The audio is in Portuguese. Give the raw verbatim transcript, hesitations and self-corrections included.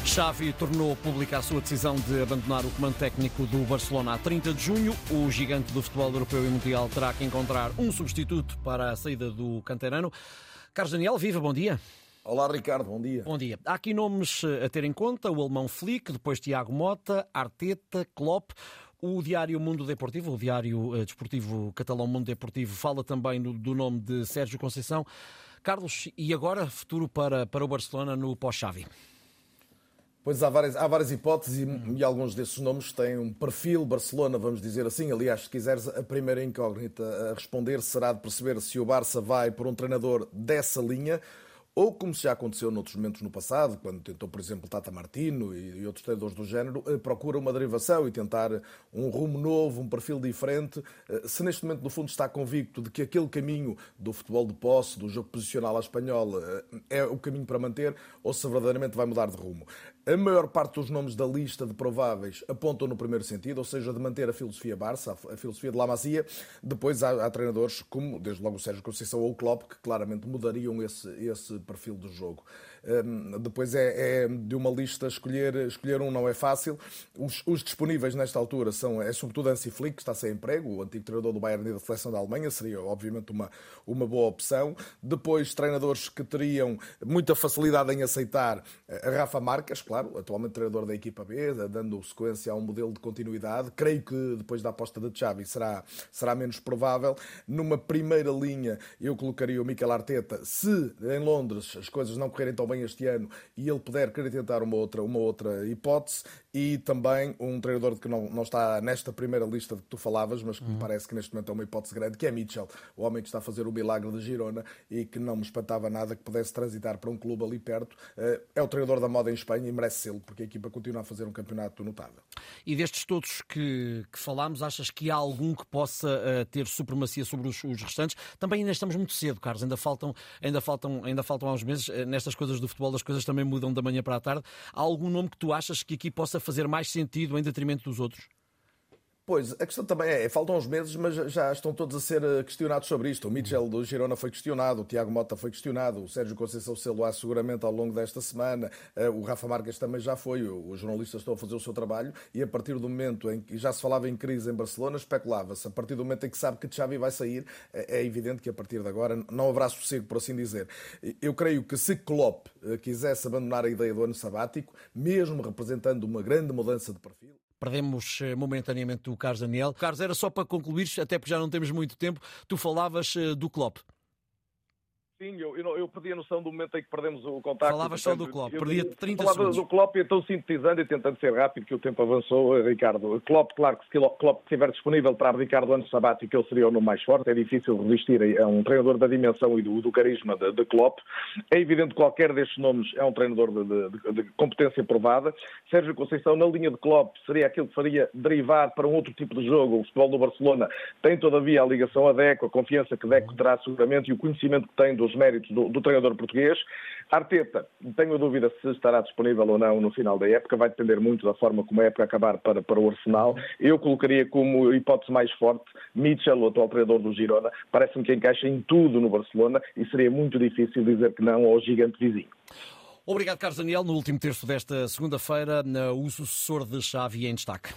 Xavi tornou pública a sua decisão de abandonar o comando técnico do Barcelona a trinta de junho. O gigante do futebol europeu e mundial terá que encontrar um substituto para a saída do canterano. Carlos Daniel, viva, bom dia. Olá, Ricardo, bom dia. Bom dia. Há aqui nomes a ter em conta: o alemão Flick, depois Thiago Motta, Arteta, Klopp. O diário Mundo Deportivo, o diário desportivo catalão Mundo Deportivo, fala também do, do nome de Sérgio Conceição. Carlos, e agora futuro para, para o Barcelona no pós-Xavi? Pois há várias, há várias hipóteses e, e alguns desses nomes têm um perfil Barcelona, vamos dizer assim. Aliás, se quiseres, a primeira incógnita a responder será de perceber se o Barça vai por um treinador dessa linha ou, como já aconteceu noutros momentos no passado, quando tentou, por exemplo, Tata Martino e outros treinadores do género, procura uma derivação e tentar um rumo novo, um perfil diferente. Se neste momento, no fundo, está convicto de que aquele caminho do futebol de posse, do jogo posicional à espanhola, é o caminho para manter, ou se verdadeiramente vai mudar de rumo. A maior parte dos nomes da lista de prováveis apontam no primeiro sentido, ou seja, de manter a filosofia Barça, a filosofia de La Masia. Depois há, há treinadores como, desde logo, o Sérgio Conceição ou o Klopp, que claramente mudariam esse, esse perfil do jogo. Um, depois é, é de uma lista escolher, escolher um não é fácil. Os, os disponíveis nesta altura são, é sobretudo Hansi Flick, que está sem emprego, o antigo treinador do Bayern e da seleção da Alemanha, seria obviamente uma, uma boa opção. Depois treinadores que teriam muita facilidade em aceitar: a Rafa Marques, claro, atualmente treinador da equipa B, dando sequência a um modelo de continuidade. Creio que depois da aposta de Xavi será, será menos provável. Numa primeira linha eu colocaria o Mikel Arteta, se em Londres as coisas não correrem tão bem este ano e ele puder querer tentar uma outra, uma outra hipótese. E também um treinador que não, não está nesta primeira lista de que tu falavas, mas que me parece que neste momento é uma hipótese grande, que é Mitchell, o homem que está a fazer o milagre de Girona e que não me espantava nada que pudesse transitar para um clube ali perto. É o treinador da moda em Espanha e merece sê-lo, porque a equipa continua a fazer um campeonato notável. E destes todos que, que falámos, achas que há algum que possa uh, ter supremacia sobre os, os restantes? Também ainda estamos muito cedo, Carlos, ainda faltam, ainda faltam, ainda faltam há uns meses. Nestas coisas do futebol as coisas também mudam da manhã para a tarde. Há algum nome que tu achas que aqui possa fazer mais sentido em detrimento dos outros? Pois, a questão também é, faltam uns meses, mas já estão todos a ser questionados sobre isto. O Mitchell do Girona foi questionado, o Thiago Motta foi questionado, o Sérgio Conceição sê-lo-á seguramente ao longo desta semana, o Rafa Marques também já foi, os jornalistas estão a fazer o seu trabalho e a partir do momento em que já se falava em crise em Barcelona, especulava-se. A partir do momento em que sabe que Xavi vai sair, é evidente que a partir de agora não haverá sossego, por assim dizer. Eu creio que se Klopp quisesse abandonar a ideia do ano sabático, mesmo representando uma grande mudança de perfil, perdemos momentaneamente o Carlos Daniel. Carlos, era só para concluir, até porque já não temos muito tempo, tu falavas do Klopp. Sim, eu, eu, eu perdi a noção do momento em que perdemos o contacto. Falavas só do Klopp, perdia trinta falava segundos. do Klopp e estou sintetizando e tentando ser rápido, que o tempo avançou, Ricardo. Klopp, claro que se Klopp estiver disponível para abdicar do ano sabático, ele seria o nome mais forte. É difícil resistir a um treinador da dimensão e do, do carisma de, de Klopp. É evidente que qualquer destes nomes é um treinador de, de, de competência provada. Sérgio Conceição, na linha de Klopp, seria aquilo que faria derivar para um outro tipo de jogo. O futebol do Barcelona tem, todavia, a ligação a Deco, a confiança que Deco terá seguramente e o conhecimento que tem dos méritos do, do treinador português. Arteta, tenho dúvida se estará disponível ou não no final da época, vai depender muito da forma como a época acabar para, para o Arsenal. Eu colocaria como hipótese mais forte Mitchell, o atual treinador do Girona. Parece-me que encaixa em tudo no Barcelona e seria muito difícil dizer que não ao gigante vizinho. Obrigado, Carlos Daniel. No último terço desta segunda-feira, o sucessor de Xavi em destaque.